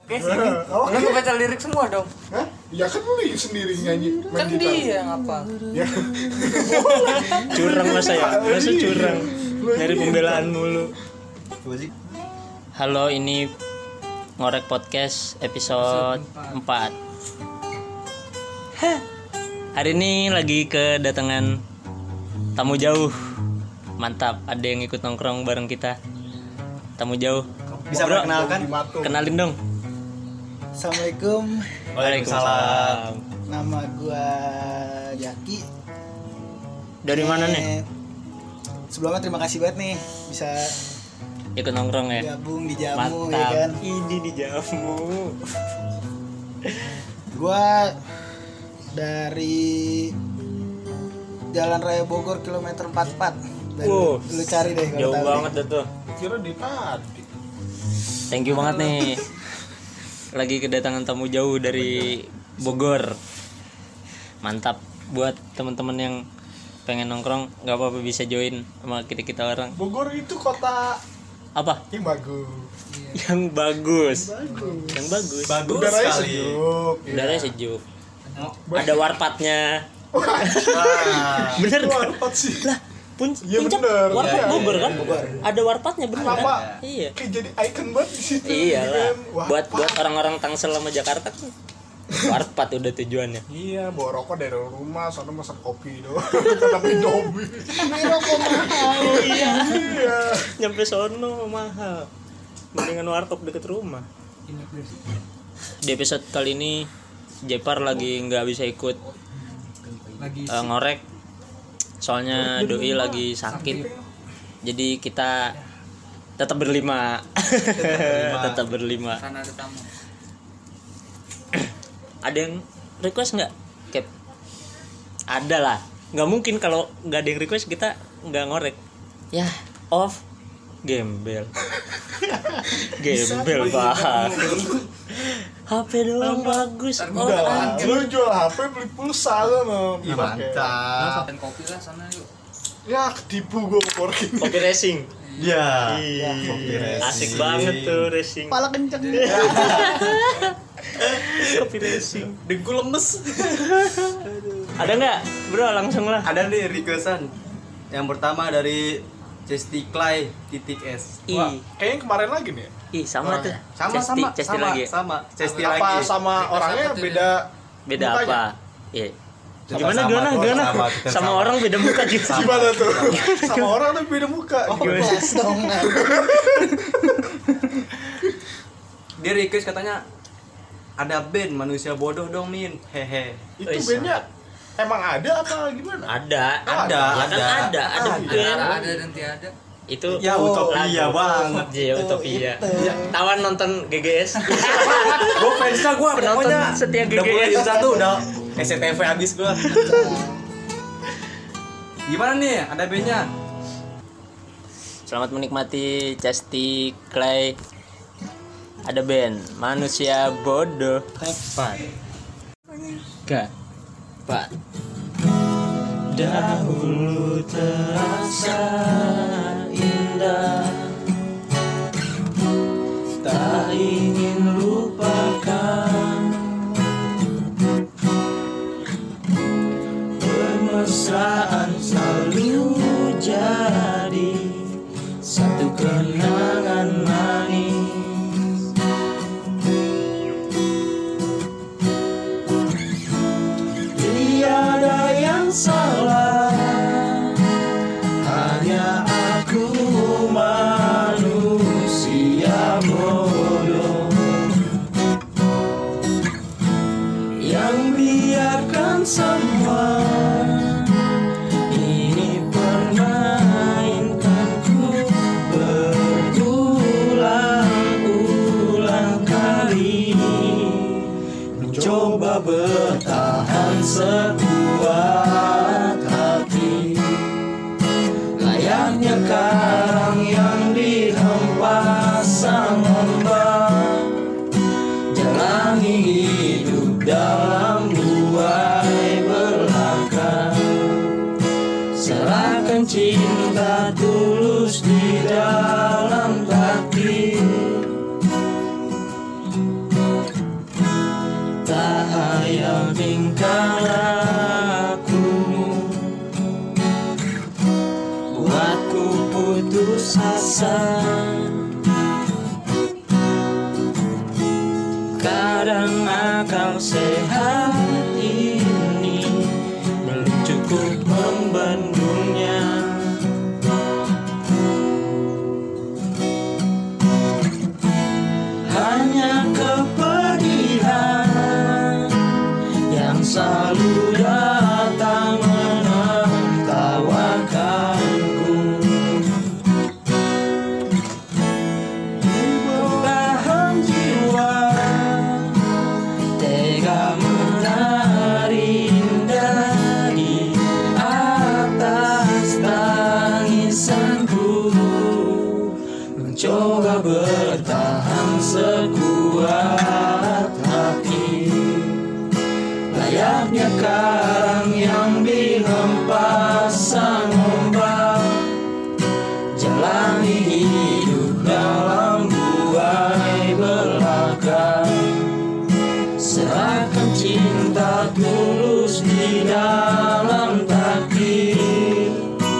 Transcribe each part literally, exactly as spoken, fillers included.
Oke sini. Lu ngebaca lirik semua dong. Hah? Ya kan lu sendiri nyanyi main Kan gitar. dia yang apa? Ya. Curang masa ya? Masa curang? Nyari pembelaan mulu. Halo, ini Ngorek Podcast episode empat. Hari ini lagi kedatangan tamu jauh. Mantap, ada yang ikut nongkrong bareng kita. Tamu jauh. Bisa perkenalkan? Kenalin dong. Assalamualaikum. Waalaikumsalam. Nama gua Jaki. Dari mana nih? Sebelumnya terima kasih banget nih bisa Ikut nongkrong ya. gabung di Jamu. Mantap. Ya kan. Ini di Jamu. Gua dari Jalan Raya Bogor kilometer empat puluh empat. Dan Wow. lu cari deh kalau Jauh tahu. banget dah tuh. Kira di tadi. Thank you banget nih. Lagi kedatangan tamu jauh dari Bogor. Mantap. Buat teman-teman yang pengen nongkrong, nggak apa-apa bisa join sama kita kita orang. Bogor itu kota Apa? yang bagus. Yang bagus. Bagus. Yang bagus. Bagus Udaranya sekali. sejuk. Udaranya sejuk. Ada warpatnya. Wah. Bener Itu kan? warpat sih. Lah, pun Iya, puncak bener. warpat Iya, Bogor iya, kan? iya. Ada warpatnya bener Kenapa? kan? Iya. Kayak jadi icon banget di situ. Iya lah. kan? Wah, Buat Pak. buat orang-orang Tangsel sama Jakarta kan warpat udah tujuannya. Iya, bawa rokok dari rumah, soalnya masak kopi doang. Kata Indomie. Ini rokok mahal. Iya. Iya. Nyampe sono mahal. Mendingan warkop deket rumah. Di episode kali ini Jepar lagi nggak bisa ikut uh, ngorek. Soalnya doi lagi sakit. Jadi kita tetap berlima. Tetap berlima. Karena ada tamu. Ada yang request nggak? Cap? Ada lah. Nggak mungkin kalau nggak ada yang request kita nggak ngorek. Ya, off. Gembel. Gembel banget. H P doang bagus. Oh, Udah lah, anjir. lu jual H P beli pulsa sana. Ih, mantap. Makan kopi lah sana yuk. Ya, ketipu gua korkin. Kopi racing. Ya. Iya. Kopi racing. Asik banget tuh racing. Kepala kenceng. Kopi racing. Dengkul lemes. Ada nggak? Bro, langsung lah. Ada nih requestan. Yang pertama dari Chesty Clay titik S. Wah, Ih, kayaknya kemarin lagi nih. ih sama tuh. Sama Cesti, sama Cesti sama lagi. sama. Chesty Apa lagi. sama orangnya apa tuh beda? Beda mukanya? apa? Iya. Sama- Gimana sama, gimana bro, gimana? sama, kita Sama sama. orang beda muka gitu. Gimana tuh? Sama orang tapi beda muka. Oh, Gimana? Kelas dong. Nah. Dia request katanya ada band manusia bodoh dong Min. Hehe. Itu Wih, bandnya emang ada apa gimana? Ada. Ada, Ya kan ada. ada, ada Ada. band. Antara ada dan tiada. Itu Ya, utopia lagu. banget. Iya, utopia. itu. Ya, tawan nonton G G S. Gue fansnya gue Penonton pokoknya setia G G S. udah mulai jam satu udah S C T V habis gue. Gimana nih? Ada bandnya? Selamat menikmati Chesty Clay. Ada band manusia bodoh. Hebat. Gapat. Dahulu terasa indah, tak ingin lupakan. Permesraan selalu jadi satu kenangan manis. Tiada yang salah, hanya aku manusia bodoh yang biarkan semua ini permainkanku berulang-ulang kali, mencoba bertahan sekuat hati, layaknya karang yang dihempas sang ombak, jalani hidup dalam buai belaka, serahkan cinta tulus di dalam hati. Ngayal tingkah lakumu buatku putus asa. Kadang akal sehat ini belum cukup membendungnya. Hanya kepedihan yang selalu datang menertawakanku. Belahan jiwa tega menari indah di atas tangisanku, mencoba bertahan sekuat hati. Layaknya karang yang dihempas sang ombak, jalani hidup dalam buai belaka. Serahkan cinta tulus di dalam takdir.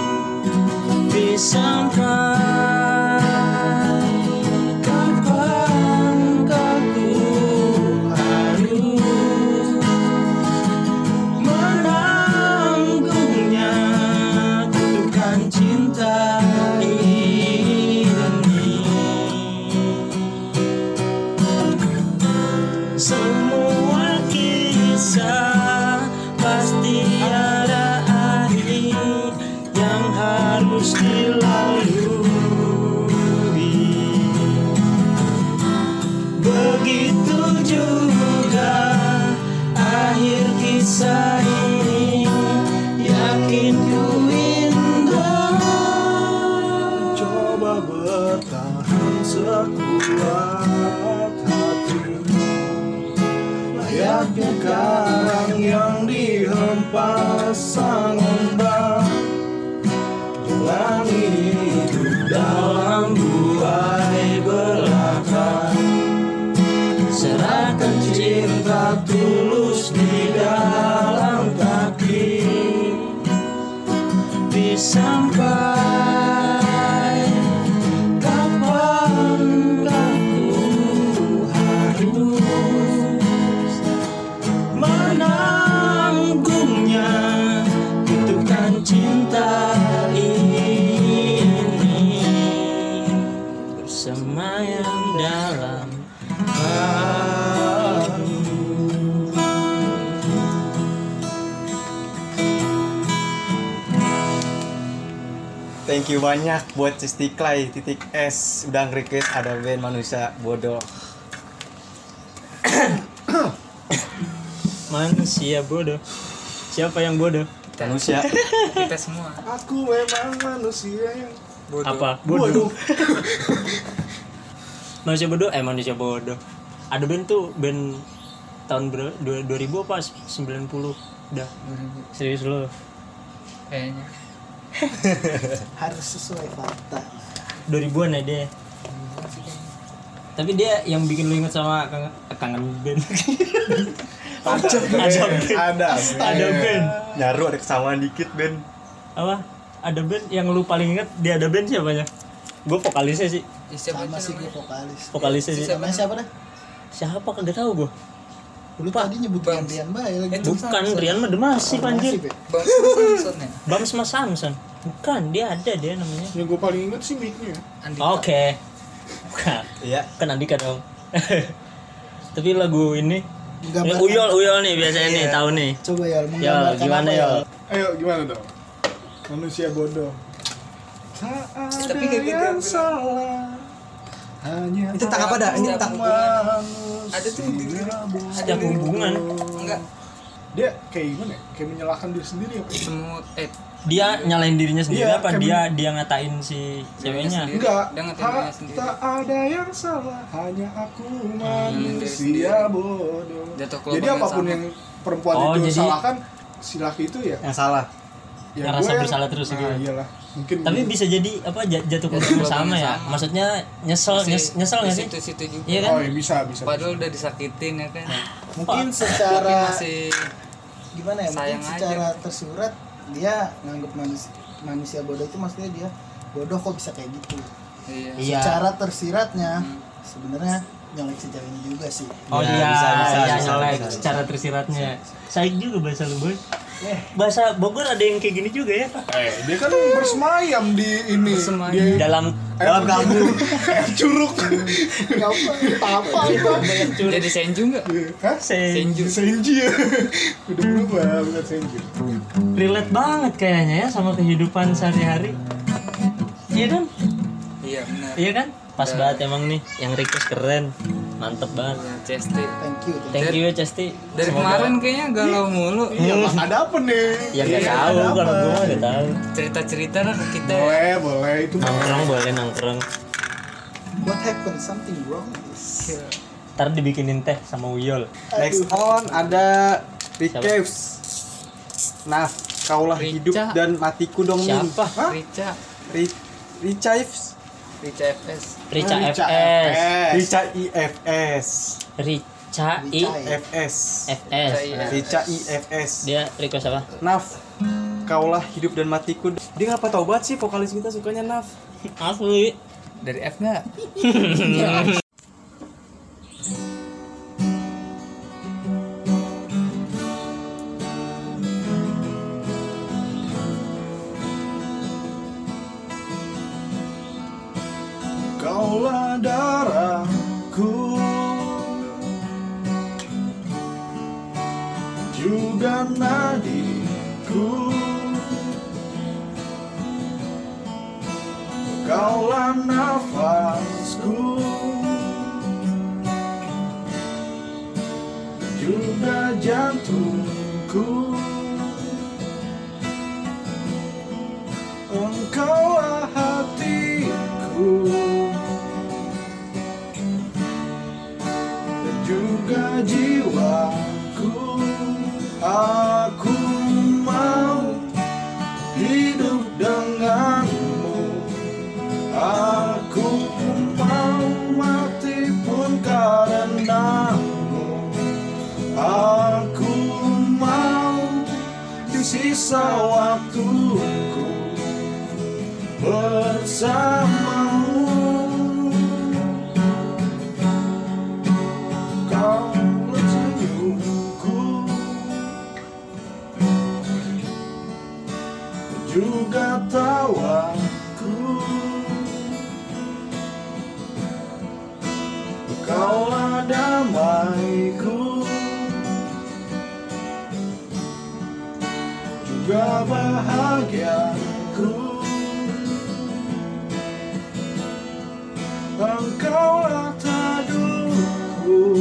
Sampai kapankah ku harus menanggungnya, kutukan cinta ini. Semua kisah pasti ada akhir yang harus dilalui. Begitu juga akhir kisah ini, yakin ku indah. Coba bertahan sekuat hati. Layaknya karang yang dihempas sang ombak, jalani hidup dalam buai belaka. Serahkan cinta tulus di dalam takdir. Sampai kapankah ku harus menanggungnya, kutukan cinta ini bersemayam dalam hatimu. Thank you banyak buat Istiqlal titik S udah nge-request ada band Manusia Bodoh. Manusia bodoh. Siapa yang bodoh? Manusia. Kita semua. Aku memang manusia yang Bodoh. Apa? Bodoh. Manusia bodoh, eh manusia bodoh. Ada band tuh band tahun ber- dua- 2000 apa sembilan puluh udah. Serius lo. Kayaknya. Harus sesuai fakta. dua ribuan ya dia. Tapi dia yang bikin lu inget sama kangen, kangen band. ada Ada band. ada Ada band. Nyaru ada kesamaan dikit band. Apa? Ada band yang lu paling inget dia ada band siapanya? Gue vokalisnya sih. Ih, siapa Sama sih sih gue namanya? vokalis. Vokalisnya sih. Namanya siapa dah? Siapa kagak tahu gue. Lu tadi nyebut Bams. gantian bae lagi. Itu Bukan Samson. Rian mah Demasif anjir. Masih, Be. Bang Samson ya? Bams Mas Samson. Bukan, dia ada dia namanya. yang gue paling inget sih mic-nya. Andika. Oke. Bukan. Iya. Kan Andika dong. Tapi lagu ini Gambarkan. ini Uyol Uyol nih biasanya nih, Iya. tahu nih. Coba ya, Yol, menggambarkan gimana apa, Yol? Ayo gimana dong? Manusia bodoh. Tak ada Tapi kayak gitu yang bilang. salah. Hanya Itu tentang apa dah? Ini Setiap tentang hubungan. Ada tuh di Setiap hubungan. Enggak. Dia kayak gimana ya? Kayak menyalahkan diri sendiri apa ya? Semut eh Dia nyalain dirinya sendiri Iya, apa? kayak Dia dia ngatain si ceweknya. sendiri. Enggak, Dia ngatain ha- dirinya sendiri. tak ada yang salah, hanya aku manusia bodoh. Jatuh ke Jadi lubang yang apapun sama. yang perempuan Oh, itu jadi- salahkan, si laki itu ya, Yang salah. ya Ngerasa gue yang- bersalah terus nah, gitu. iyalah. Mungkin Tapi bisa jadi apa j- jatuh korban sama ya. sama. Maksudnya nyesel Masih nyes- nyesel di nggak sih? situ-situ juga. Iya kan? Oh, ya bisa, bisa. Padahal udah disakitin ya kan. Mungkin Tapi secara masih gimana ya? Mungkin sayang secara aja. tersurat dia nganggap manusia, manusia bodoh itu maksudnya dia bodoh kok bisa kayak gitu. iya. Iya. Secara tersiratnya sebenarnya nyolek si cewek ini juga sih. Oh Ya, iya, bisa, bisa, iya bisa, nyolek bisa, bisa. secara tersiratnya. Saik juga bahasa lu, Boy. Eh, Bahasa Bogor ada yang kayak gini juga ya. Eh, dia kan bersemayam di ini. Bersemayam. Dia Dalam dalam kamu air curug. apa apa itu? Jadi senju enggak? Hah? se- Senju. Senji ya. Udah berubah bukan senji. relate banget kayaknya ya sama kehidupan sehari-hari. Iya kan? Iya benar. Iya kan? Pas banget emang nih, yang request keren. Mantep banget. C S T. Thank you. Thank you ya Cesti. Dari Semoga- kemarin kayaknya galau mulu. Iya, Mas, ada apa nih? Ya nggak Iya, tahu, ada apa? kalau gue nggak tahu. Cerita-cerita lah ke kita ya. Boleh, boleh itu. Nongkrong boleh nongkrong. What happened? Something wrong is. Ntar dibikinin teh sama Uyol. Next on ada Rick Siapa? Caves. Nah, kaulah Rica. hidup dan matiku dong Min. Siapa? Hah? Rica. Ri- Rica Ives. Rica F S. Rica Rica F S. Rica I F S. Rica I F S. F S. Rica I F S. Dia request apa? Naf, kaulah hidup dan matiku. Dia ngapa tau banget sih vokalis kita sukanya Naf. Asli. Dari F enggak? Kaulah darahku, juga nadiku. Kaulah nafasku, juga jantungku. Engkaulah hatiku dan juga jiwaku. Aku mau hidup denganmu. Aku mau mati pun karenamu. Aku mau di sisa waktuku bersamamu. Kau senyumku, juga tawaku. Kaulah damaiku, juga bahagiaku. Engkaulah teduhku,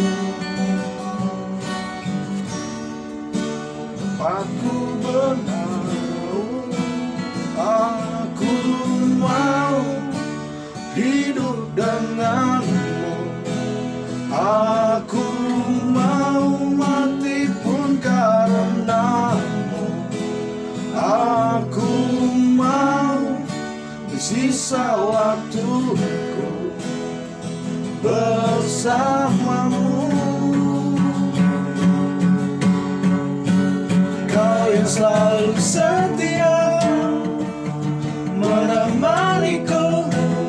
tempatku bernaung. Aku mau hidup denganmu. Aku mau mati pun karenamu. Aku mau di sisa waktuku bersamamu. Kau yang selalu setia menemaniku,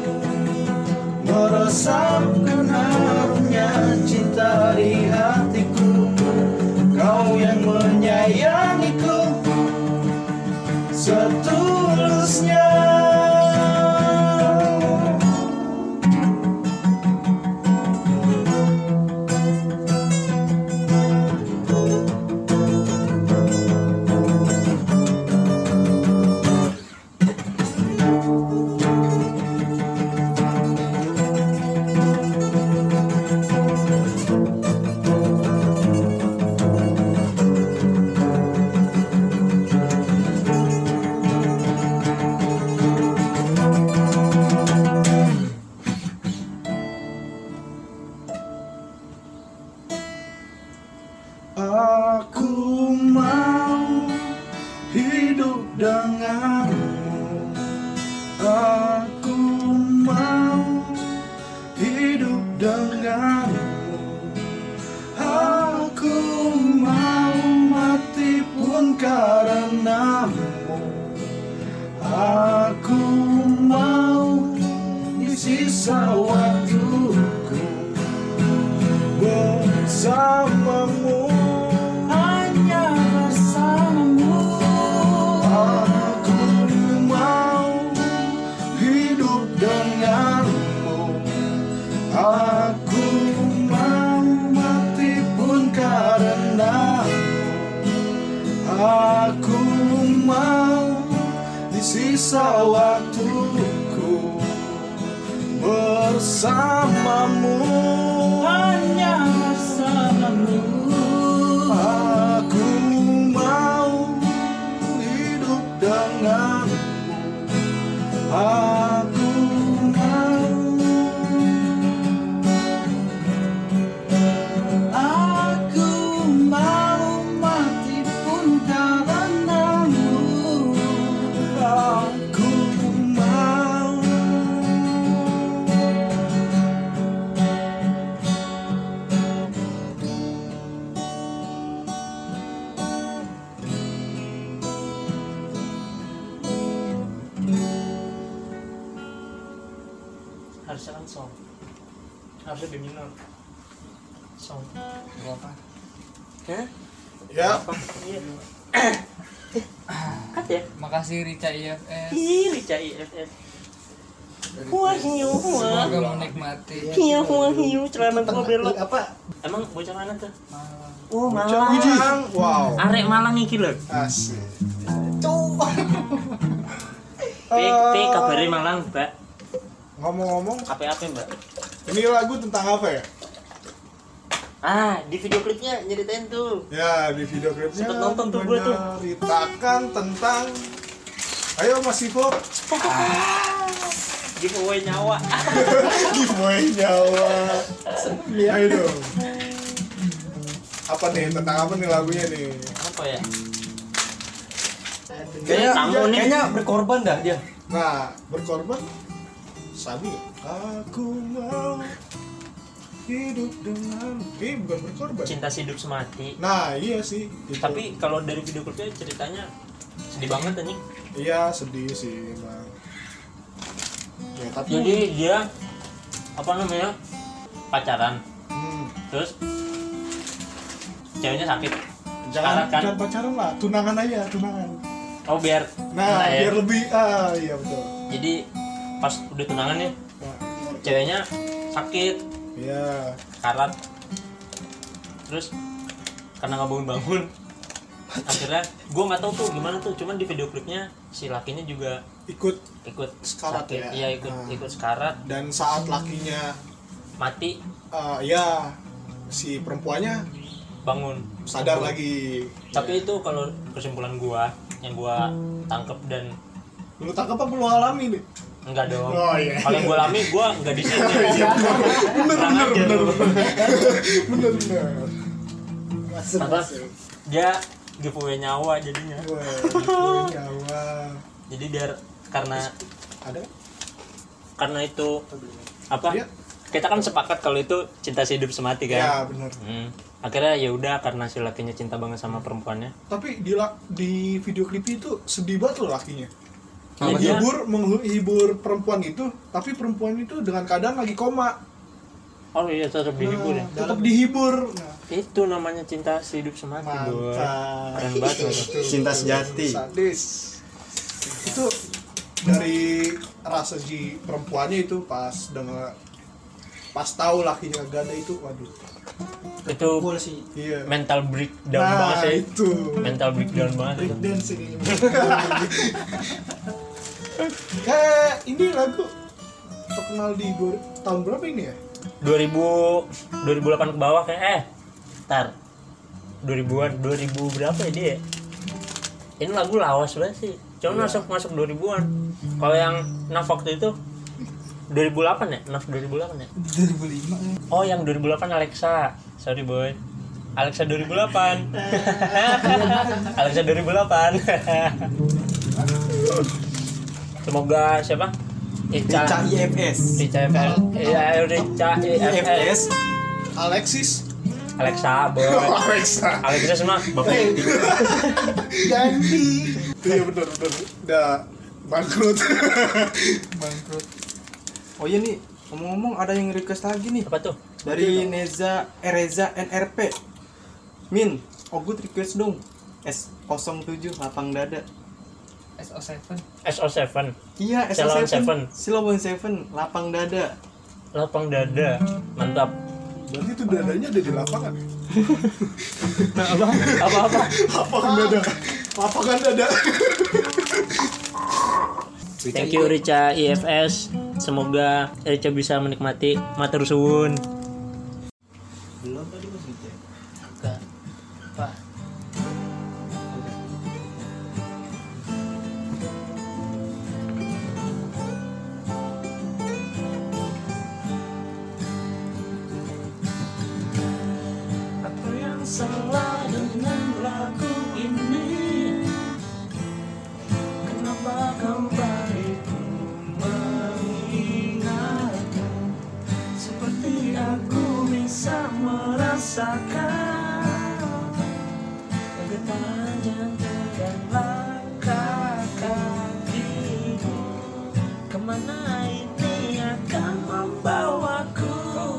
meresapkan harumnya cinta di hatiku. Kau yang menyayangiku setulusnya. Aku mau hidup denganmu. bersamamu, hanya bersamamu. aku mau hidup denganmu, aku mau mati pun karenamu, aku mau di sisa waktuku bersamamu, Hanya bersamamu. aku mau hidup denganmu, aku mau. Aku mau mati pun karenamu. Aku mau. Harusnya kan song. Harusnya di minor. Song. Berapa? Hah? Ya, Iya. Cut ya? Makasih Rica I F S. Ih, Rica I F S. Wah, hiu, wah. Semoga menikmati. Hiu, wah, hiu, celana gua belok. Apa? Emang bocah mana tuh? Malam. Oh, Malang. Malang. Wow. Arek Malang iki lho. Asik. P P kabare Malang, Mbak. Ngomong-ngomong, Apa-apa, Mbak? ini lagu tentang apa ya? Ah, di video klipnya nyeritain tuh. Ya, di video klipnya Sempet nonton tuh gua tuh. menceritakan tentang. Ayo Mas Ivo, Giveaway nyawa. giveaway nyawa. Ayo dong. Apa nih, tentang apa nih lagunya nih? Apa ya? Kayaknya, Tamu nih. kayaknya berkorban dah dia. Nah, berkorban Sabi nggak? Aku mau hidup dengan. Eh, bukan berkorban. Cinta hidup semati. Nah, iya sih. Itu. Tapi kalau dari video klipnya ceritanya sedih banget anjing. Iya, sedih sih emang. Ya, tapi Jadi dia apa namanya? Pacaran. hmm, Terus ceweknya sakit. jangan Sekarat kan? jangan pacaran lah, tunangan aja, tunangan. Oh, biar Nah, Nah, ya. biar lebih ah iya betul. Jadi pas udah tunangan nih, Nah, ceweknya sakit, iya. karat. Terus karena nggak bangun-bangun, akhirnya gue nggak tahu tuh gimana tuh. Cuman di video klipnya si lakinya juga Ikut ikut Sekarat sakit. ya? Iya, ikut Nah. ikut sekarat, dan saat lakinya mati, ah, ya si perempuannya bangun. sadar Bangun. lagi. Tapi itu kalau kesimpulan gua yang gua tangkep dan Lu tangkap apa lu alami nih? enggak dong. Oh, iya. Kalau yang gua alami gua enggak di sini. Iya, bener Kurang bener ajar bener lu. bener bener. Masuk, Apa? masuk. Dia giveaway nyawa jadinya. Wah, itu nyawa. Jadi biar karena Ada? karena itu apa? Iya. Kita kan sepakat kalau itu cinta sehidup semati kan. Ya benar. Hmm. Akhirnya ya udah karena si lakinya cinta banget sama perempuannya. Tapi di la- di video klip itu sedih banget loh lakinya. Iya, dia- Menghibur menghibur perempuan itu, tapi perempuan itu dengan keadaan lagi koma. Oh iya, tetap dihibur ya. Nah, tetap dihibur. Nah, Itu namanya cinta sehidup semati, Boy. mantap. Keren banget loh. Betul. Cinta sejati. Sadis. Itu dari rasa si perempuannya itu pas dengar pas tahu lakinya gak ada itu, waduh. Itu Cool sih. Iya. mental breakdown Nah, banget sih. itu. Mental breakdown banget itu. Breakdance ini. Kayak ini lagu terkenal di dua- tahun berapa ini ya? dua ribu dua ribu delapan ke bawah kayak eh tar dua ribuan dua ribu berapa ya dia? Ini lagu lawas banget sih. Cuma masuk masuk dua ribuan. Kalau yang Naf waktu itu dua ribu delapan ya? Naf dua ribu delapan ya? dua ribu lima ya. Oh, yang dua ribu delapan Alexa. Sorry, boy. Alexa dua ribu delapan. Alexa dua ribu delapan. Semoga siapa? Ica. Rica I F S. Rica F S. Iya, Rica I I F F S. S. Alexis. Alexa, boy. Alexa. Alexa semua bapak. Ganti. Iya benar benar. Udah bangkrut. Oh iya nih, ngomong-ngomong ada yang request lagi nih. Apa tuh? Dari Neza Ereza N R P. Min, Ogut request dong. S nol tujuh lapang dada. S O tujuh. S O tujuh Iya, S O Silon tujuh. Seven. Silon tujuh lapang dada. lapang dada. Mantap. Berarti itu dadanya ada di lapangan. Apa? Apa-apa? Lapangan dada. Lapangan dada. Thank you Rica I F S. Semoga Rica bisa menikmati matur suwun. Belum tadi Mas gitu ya. Enggak. Pak. Apa yang salah dengan lagu ini? Kenapa kembali ku mengingatmu? Seperti aku bisa merasakan getaran jantung dan langkah kakiku. Kemana ini akan membawaku?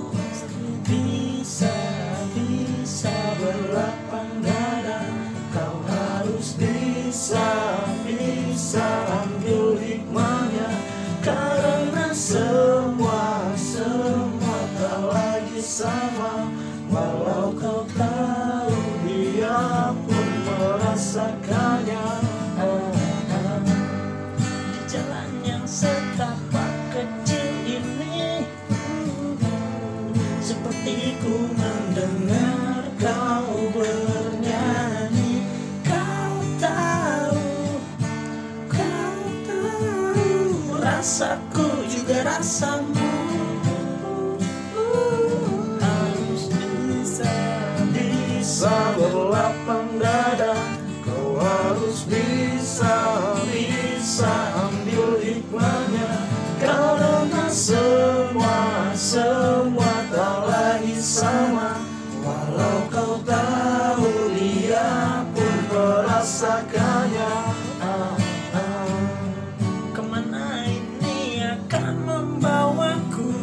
Bisa, bisa berlapang dada. Kau harus bisa, bisa ambil hikmahnya. Karena semua, semua tak lagi sama. Walau kau tahu dia pun merasakannya. Ah, ah. Di jalan yang setapak kecil ini, seperti ku mendengar kau bernyanyi. Kau tahu, kau tahu, rasaku juga rasamu. Harus bisa, bisa berlapang dada. Kau harus bisa, bisa ambil hikmahnya. Karena semua, semua tak lagi sama. Walau kau tahu dia pun merasakannya. Ah, ah. Kemana ini akan membawaku?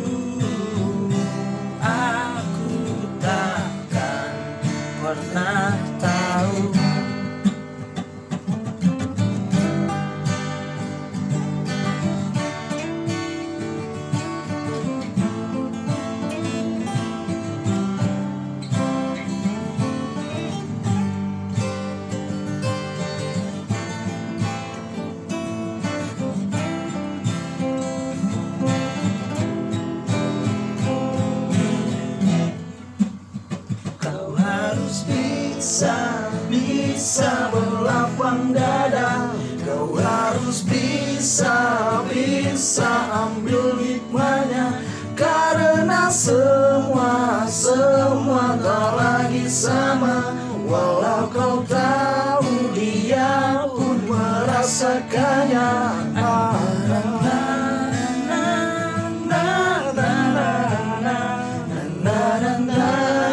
Aku takkan pernah tahu. Kau harus bisa, bisa berlapang dada. Kau harus bisa, bisa ambil hikmahnya. Karena semua, semua tak lagi sama. Walau kau tahu dia pun merasakannya. Ah, na, na, na, na, na, na, na, na, na, na.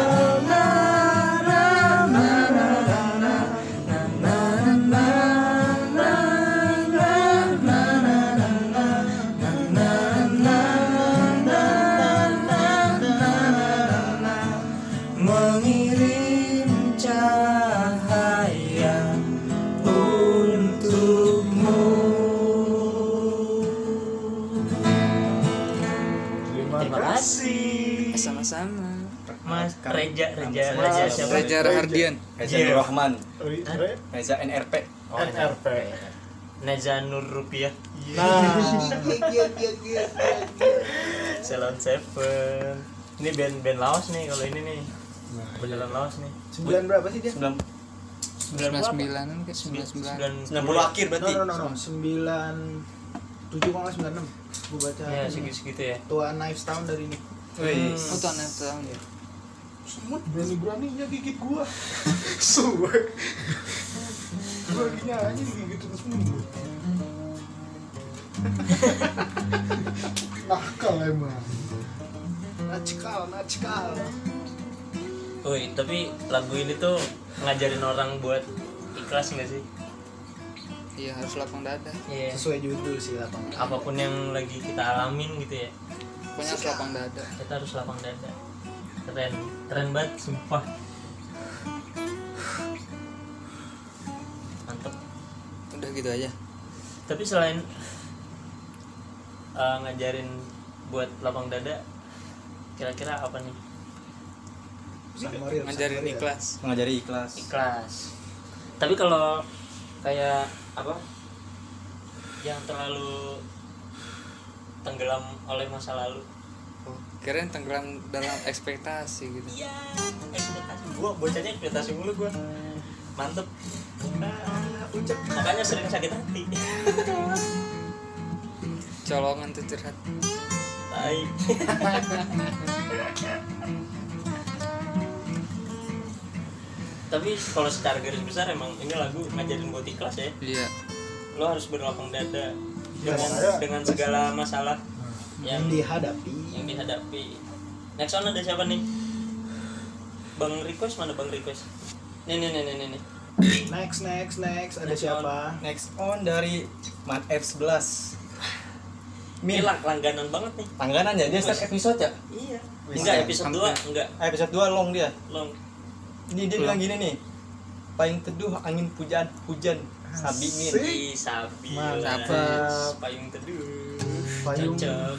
Mengirim cahaya untukmu. Terima kasih. Sama-sama. Mas Reja, Reja, Nama Reja saya siapa? Reja Rahardian. Reza Iya. Nur Rahman. Re- Re- Reza N R P. Oh, N R P. Neza Nur Rupiah. Nah, iya iya iya. Salon Seven. Ini band-band Laos nih kalau ini nih. Beneran Laos nih. Sembilan berapa sih dia? sembilan sembilan puluh sembilan ke sembilan puluh sembilan. sembilan puluh akhir No berarti. no no no. Sembilan tujuh koma sembilan enam. Gue baca. Ya ini. segitu-segitu ya. Tua Knives Town dari ini. Wih. Oh, tahun yang tahun ya. semut berani-beraninya gigit gua. Suwe. Gua lagi nyanyi digigit terus semut. Nakal emang. Nacikal, nacikal. Woi, tapi lagu ini tuh ngajarin orang buat ikhlas nggak sih? Iya, harus lapang dada. Iya. Sesuai judul sih lapangan. Apapun yang lagi kita alamin gitu ya, Pokoknya harus lapang dada. kita harus lapang dada. Keren, keren banget, sumpah. Mantep. Udah gitu aja. Tapi selain uh, ngajarin buat lapang dada, kira-kira apa nih? Samuel, Ngajarin Samuel. ikhlas. Mengajari ikhlas. Ikhlas. Tapi kalau kayak apa? Yang terlalu tenggelam oleh masa lalu. Oh, kirain tenggelam dalam ekspektasi gitu. Iya, ekspektasi. Gua bocahnya ekspektasi mulu gua. Mantep. Ah, ucap. Makanya sering sakit hati. Colongan tuh curhat. Tai. Tapi kalau secara garis besar emang ini lagu ngajarin buat ikhlas ya. Iya. Lo harus berlapang dada dengan saya- dengan segala masalah yang Yang dihadapi. yang dihadapi. Next on ada siapa nih? Bang Request mana Bang Request? Nih nih nih nih nih. nih. Next next next ada Next siapa? Next on dari Man F sebelas. Ini Min, lang- langganan banget nih. langganan ya, dia setiap episode ya? Iya. Wih, Enggak saya episode hampir. dua enggak Ah, episode dua long dia. long. Ini dia bilang gini nih. Payung teduh angin hujan hujan sabi min. Ih, sabi. Mantap. lah. Payung teduh. Payung. Cocok.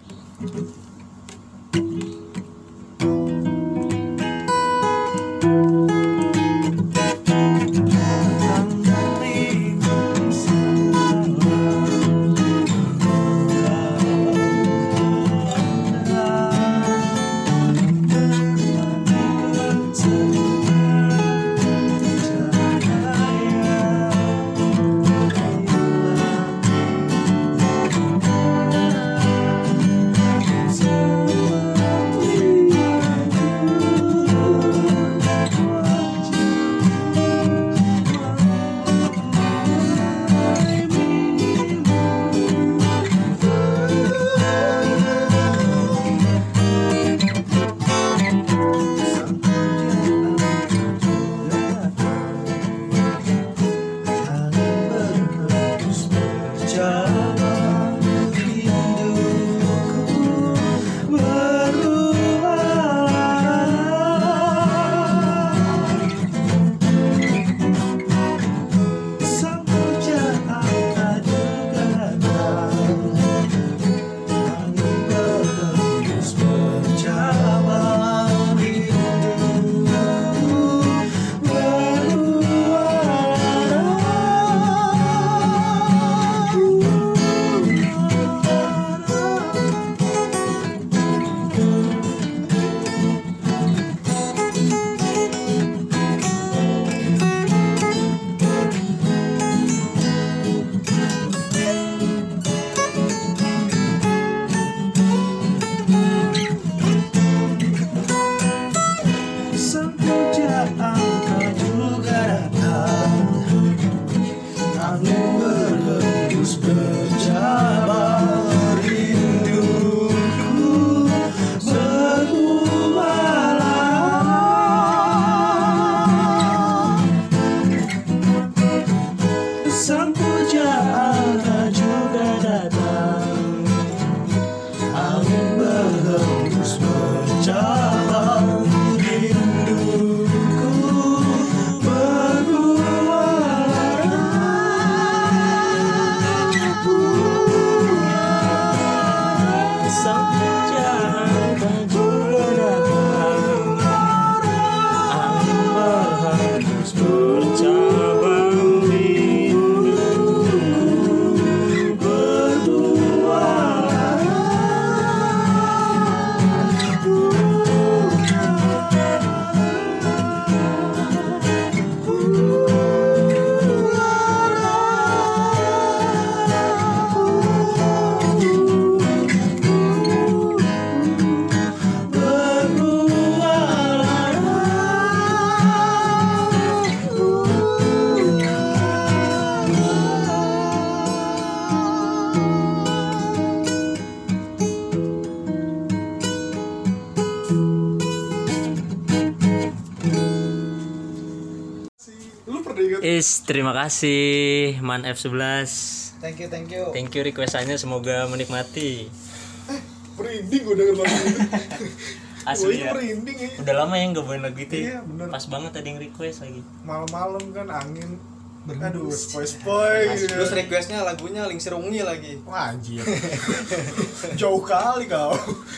Is, terima kasih Man F sebelas. Thank you, thank you. Thank you requestannya, semoga menikmati. Merinding gue denger lagu itu. Asli ya. merinding ya. Udah lama ya nggak bawain lagu itu. Iya, Ya. bener. Pas banget ada yang request lagi. Malam-malam kan angin. Aduh, spoy-spoy gitu. Terus requestnya lagunya Lingsir Ungi lagi. Wah, anjir. Jauh kali kau.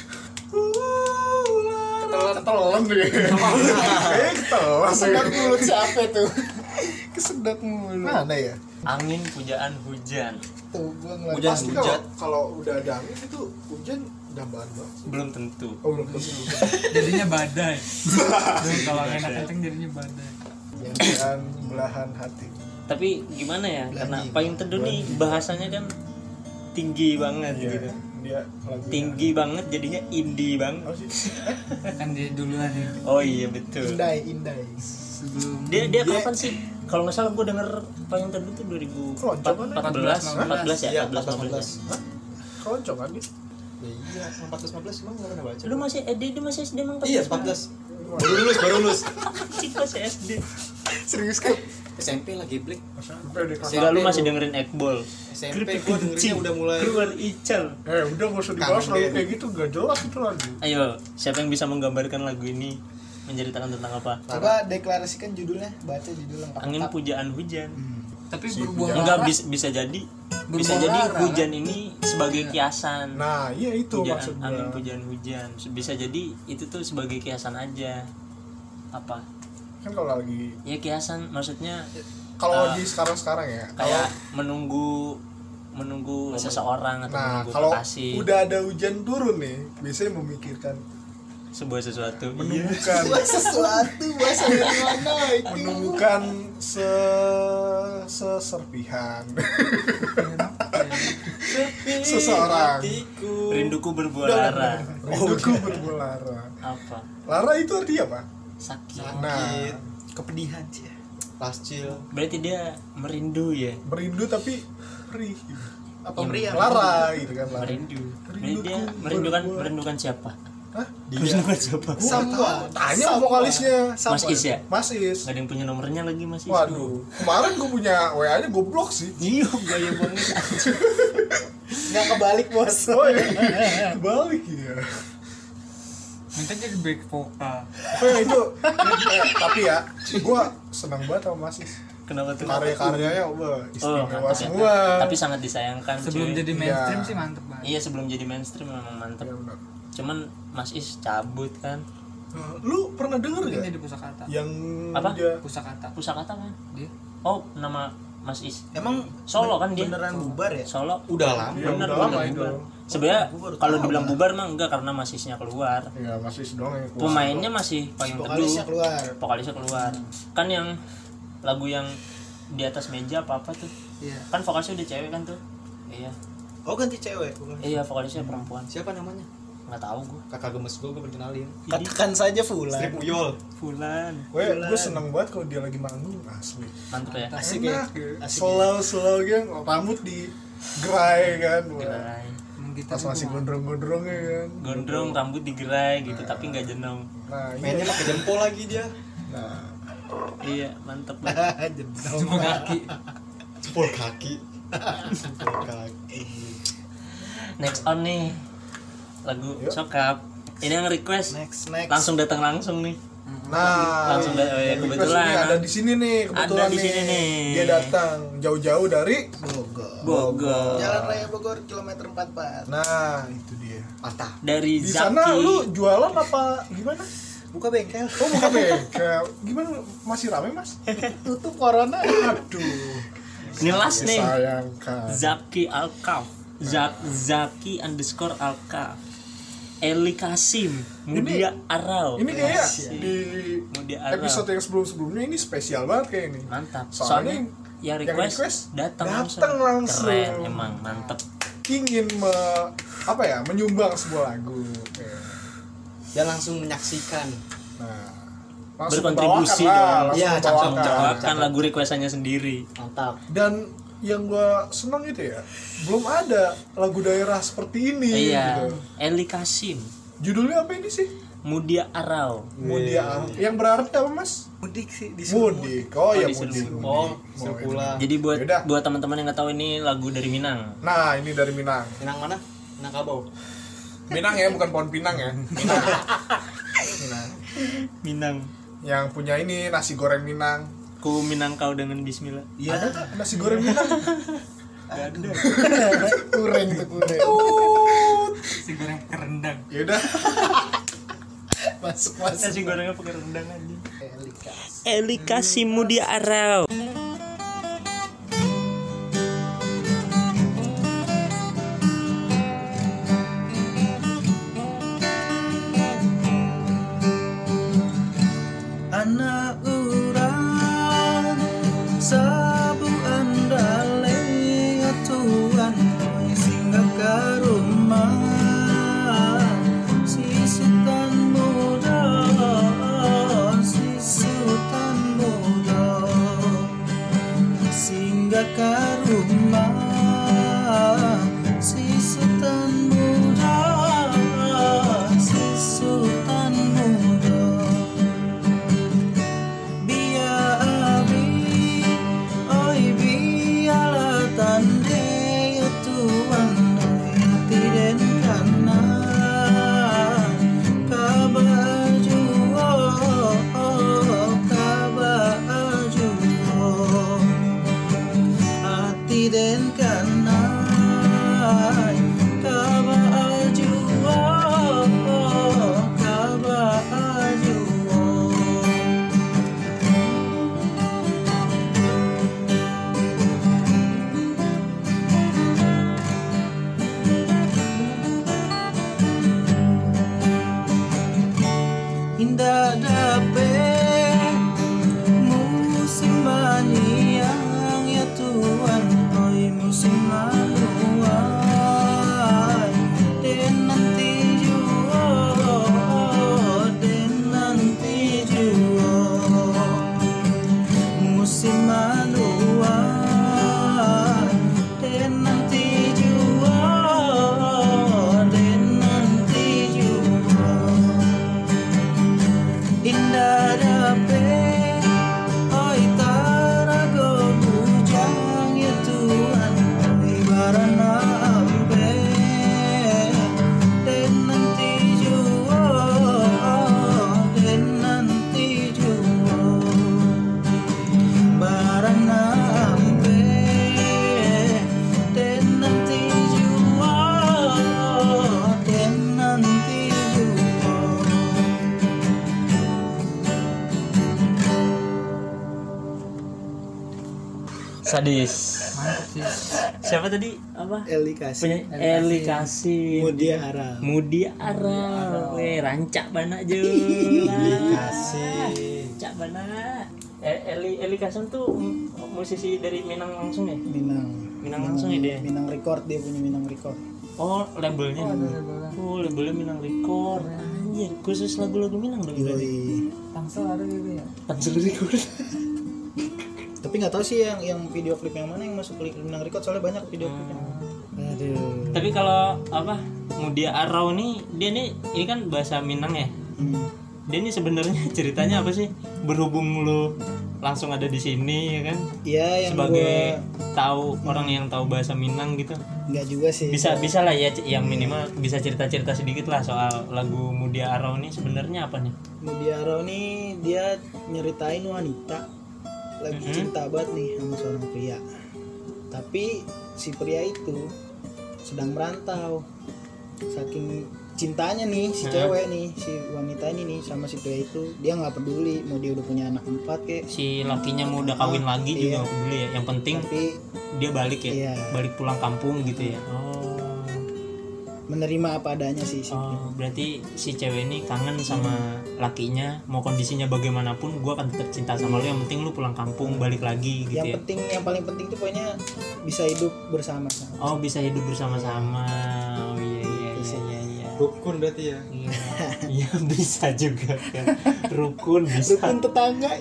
Ketelan ketelan deh. Eh, ketelan. Kesedot mulut siapa tuh? Kesedot mulut. Mana ya? Angin pujaan hujan. Tuh gua ngeliat. Hujan. Pasti kalau kalau udah ada angin itu hujan dambaan banget. Belum tentu. Oh, belum tentu. Jadinya badai. Duh, kalau enak kenceng jadinya badai. Yang belahan belahan hati. Tapi gimana ya? Karena Belanja. payung teduh nih bahasanya kan tinggi banget Iya, gitu. dia lagunya. Tinggi banget jadinya indie banget. Oh, sih. Kan dia duluan ya. Oh iya betul. Indai, indai. Sebelum Dia dia kapan sih? Kalau nggak salah gue denger payung teduh tuh dua ribu Keroncong kan? empat belas, empat belas ya, Iya, empat belas, empat belas. Hah? Keroncong kan dia? Ya iya, empat belas lima belas emang enggak pernah baca. Lu masih eh, dia, dia masih S D emang Iya, empat belas. Baru lulus, baru lulus. Cik masih S D. Serius kan? S M P lagi Black. Sampai di kelas. Enggak lu masih dengerin Ekbol. S M P gua dengerinnya udah mulai keluar Ical. Eh, udah enggak usah dibahas Kangen lagu deh. kayak gitu, enggak jelas itu lagu. Ayo, siapa yang bisa menggambarkan lagu ini menceritakan tentang apa? Coba deklarasikan judulnya, baca judul lengkap. Angin pujaan hujan. tapi Si berbuah hujan. Enggak lara. bisa bisa jadi bisa Berbuah jadi lara, hujan ini sebagai kiasan. Nah, iya itu Hujan, maksud angin gua. hujan hujan bisa jadi itu tuh sebagai kiasan aja. Apa? Kan kalau lagi Ya kiasan maksudnya kalau Eh, di sekarang-sekarang ya, kayak menunggu menunggu seseorang atau nah, menunggu kalau kekasih udah ada hujan turun nih, biasanya memikirkan sebuah sesuatu. Iya. menumbuhkan Buat sesuatu, bahasa dari mana itu? menumbuhkan se seserpihan seseorang. hatiku. Rinduku berbuah lara. Rinduku berbuah lara. Apa? Lara itu artinya apa? Sakit. Nah, Kepedihan sih ya. Pascil. Berarti dia merindu ya. merindu tapi perih. Apa meriang? Lara gitu kan, lara. Merindu. Berarti Rinduku dia merindukan berbuah- merindukan siapa? Hah? Merindukan siapa? Gua Sama. nggak tahu. Tanya Sama. vokalisnya. Mas Is ya? Mas Is. Gak ada yang punya nomornya lagi Mas Is. Waduh, kemarin gue punya W A-nya gue blok sih. Iya, gaya banget. Nggak kebalik bos. Oh iya, kebalik ya. Minta jadi back vokal. Oh ya itu, eh, tapi ya, gue senang banget sama Mas Is. Kenapa tuh? Karya-karyanya, wah, Oh, istimewa mantap ya. semua. Tapi sangat disayangkan. Sebelum cuy. jadi mainstream Iya. sih mantep banget. Iya, sebelum jadi mainstream memang mantep. Ya, benar. Cuman Mas Is cabut kan. Eh, Lu pernah denger Mungkin gak? jadi pusakata. Yang Apa? dia Pusakata. Pusakata kan? Dia. Oh, nama Mas Is. Emang Solo kan dia? beneran bubar ya? Solo. Udah lama. Iya, Bener, udah bener, lama bener. itu. Sebenarnya Gua baru kalau tahu, dibilang Bang. bubar mah enggak karena Mas Isnya keluar. Ya, Mas Is doang yang keluar. Pemainnya masih Payung Vokalisnya Teduh. keluar. Vokalisnya keluar. Kan yang lagu yang di atas meja apa apa tuh? Iya. Kan vokalisnya udah cewek kan tuh? Iya. Oh ganti cewek. bukan? Iya, vokalisnya perempuan. Siapa namanya? Nggak tahu gua. Kakak gemes gua gua kenalin. Katakan saja Fulan. Strip Uyol. Fulan. Gue gue seneng banget kalau dia lagi manggung, asli. Mantep ya. Asik ya. Enak ya. Asik Slow slow gitu, rambut di gerai kan. Wah. Gerai. Emang kita Pas masih gondrong-gondrongnya kan. Gondrong, rambut digerai gitu tapi nggak jenong. Nah, Mainnya iya. pakai jempol lagi dia. Nah, Iya, mantep banget. cuma kaki. Jempol kaki. Jempol kaki. Next on nih. Lagu Yuk. Sokap. Ini yang request Next next. langsung datang langsung nih. Nah, Langsung da- oh ya, yang kebetulan. request ini ada di sini nih, kebetulan Ada di sini nih. Dia datang jauh-jauh dari Bogor. Bogor. Jalan Raya Bogor kilometer empat puluh empat. Nah, itu dia. Patah. Dari Di sana Zaki. lu jualan apa gimana? Buka bengkel. Oh, buka bengkel. Gimana masih rame, Mas? Tutup corona. Aduh. Nilas nih. Disayangkan. Zaki Alkaf. Zak Zaki underscore Alkaf. Eli Kasim. Mudia Arau. Ini kayak Asik. di Mudia Arau. episode yang sebelum-sebelumnya ini spesial banget kayak ini. Mantap. Soalnya Soalnya, yang yang request, request datang langsung. datang langsung. Keren emang, mantep. Ingin me, apa ya, menyumbang sebuah lagu. Kayak. Dan langsung menyaksikan. Nah, langsung Berkontribusi membawakan lah, dong. langsung Iya, cakep, membawakan. cakep. Bawakan lagu requestannya sendiri. Mantap. Dan yang gua senang itu ya, belum ada lagu daerah seperti ini. Iya. Gitu. Eli Kasim. Judulnya apa ini sih? Mudia Arau. Mudia. Yang berarti apa, Mas? Mudik sih di Mudik. Oh, ya disuruh mudik. mudik. Oh, Mudik. suruh Oh, pulang. Jadi buat Yaudah. buat teman-teman yang nggak tahu ini lagu dari Minang. Nah, ini dari Minang. Minang mana? Minang Kabau. Minang ya, bukan pohon pinang ya. Minang. Minang. Minang. Yang punya ini nasi goreng Minang. Ku minang kau dengan bismillah. Iya, nasi goreng Minang. Gak ada. Kureng tuh kureng. Si goreng kerendang. Ya udah. Masuk masuk. Nasi gorengnya pakai rendang aja. Elikas. Eli kasih Mudia Arau. Anak urang sabu andale atuan singgah ke rumah si sultan muda si sultan muda singgah ke rumah si sultan muda si sultan muda den kanai kabaju kabaju indah dapet musim maniang ya Tuhan musim maluai dan nanti jua dan nanti jua musim maluai dan nanti jua dan nanti jua indah dapet oi tarago bujang ya Tuhan barana ampe dan nanti jua dan nanti jua barana ampe dan nanti jua dan nanti jua. Sadis. Mantap sih. Siapa tadi? Apa? Elikas Punya Eli kasih. Mudia Arau. Mudia Arau. Weh, rancak bana je. Kasih Rancak bana. Eh, Eli Eli Kasem tuh m- musisi dari Minang langsung ya? Minang Minang langsung ya dia. Minang Record, dia punya Minang Record. Oh, labelnya. Oh, ada labelnya. Oh, labelnya Minang Record. Anjir, khusus lagu-lagu Minang dong berarti. Yoi. Tangsel ada gitu ya. Tangsel Record. Tapi nggak tahu sih yang yang video klip yang mana yang masuk ke Minang Record, soalnya banyak video klipnya. Aduh. Tapi kalau apa? Mudia Arau nih, dia nih ini kan bahasa Minang ya. Hmm. Dia nih sebenarnya ceritanya apa sih? Berhubung lu langsung ada di sini ya kan? Iya, yang Sebagai gua tahu orang yang tahu bahasa Minang gitu. nggak juga sih. Bisa bisa lah ya, yang minimal bisa cerita-cerita sedikit lah soal lagu Mudia Arau nih sebenarnya apa nih? Mudia Arau nih dia nyeritain wanita lagi Mhm. cinta banget nih sama seorang pria. Tapi si pria itu sedang merantau. Saking cintanya nih si Mhm. cewek nih, si wanita ini nih sama si pria itu, dia nggak peduli mau dia udah punya anak empat kek. Si lakinya mau udah kawin lagi juga Iya. nggak peduli ya. Yang penting Tapi dia balik ya, Iya. balik pulang kampung gitu ya. Oh. menerima apa adanya sih si pria. Oh, berarti si cewek ini kangen sama lakinya, mau kondisinya bagaimanapun gue akan tetap cinta sama lu, yang penting lu pulang kampung balik lagi gitu Yang ya. penting, yang paling penting tuh pokoknya bisa hidup bersama-sama. Oh, bisa hidup bersama-sama. Oh iya iya Bisa. iya iya. iya. Rukun berarti ya. Iya, iya bisa juga kan. Rukun bisa. Rukun tetangga.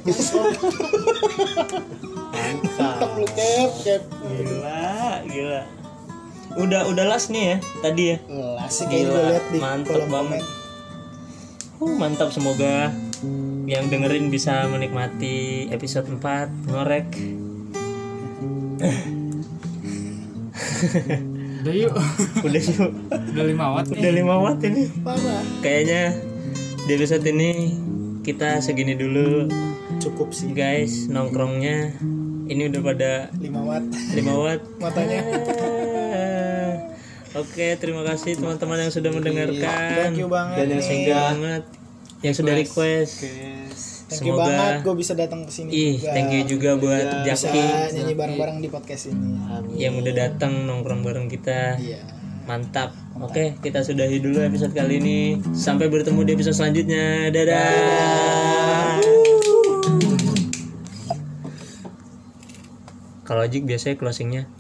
Mantap lu Kep, Kep. Gila, gila. Udah udah las nih ya tadi ya. Asik kayak Gila, gue liat di mantep kolom banget. komen. Uh, mantap, semoga yang dengerin bisa menikmati episode empat ngorek. Udah yuk. Udah yuk. Udah lima watt nih. Udah lima watt ini. Parah. Kayaknya di episode ini kita segini dulu Cukup sih. guys nongkrongnya. Ini udah pada lima watt lima watt matanya. Ah. Oke, terima kasih teman-teman yang sudah mendengarkan. Thank you banget. Dan yang nih. Thank you banget yang sudah request. Guys. Thank you Semoga- banget gue bisa datang ke sini Ih, juga. thank you juga buat Iya, Bisa Jaki nyanyi bareng-bareng di podcast ini. yang udah datang nongkrong bareng kita. Iya. Mantap. Oke, kita sudahi dulu episode kali ini. Sampai bertemu di episode selanjutnya. Dadah. Kalau Ajik biasanya closingnya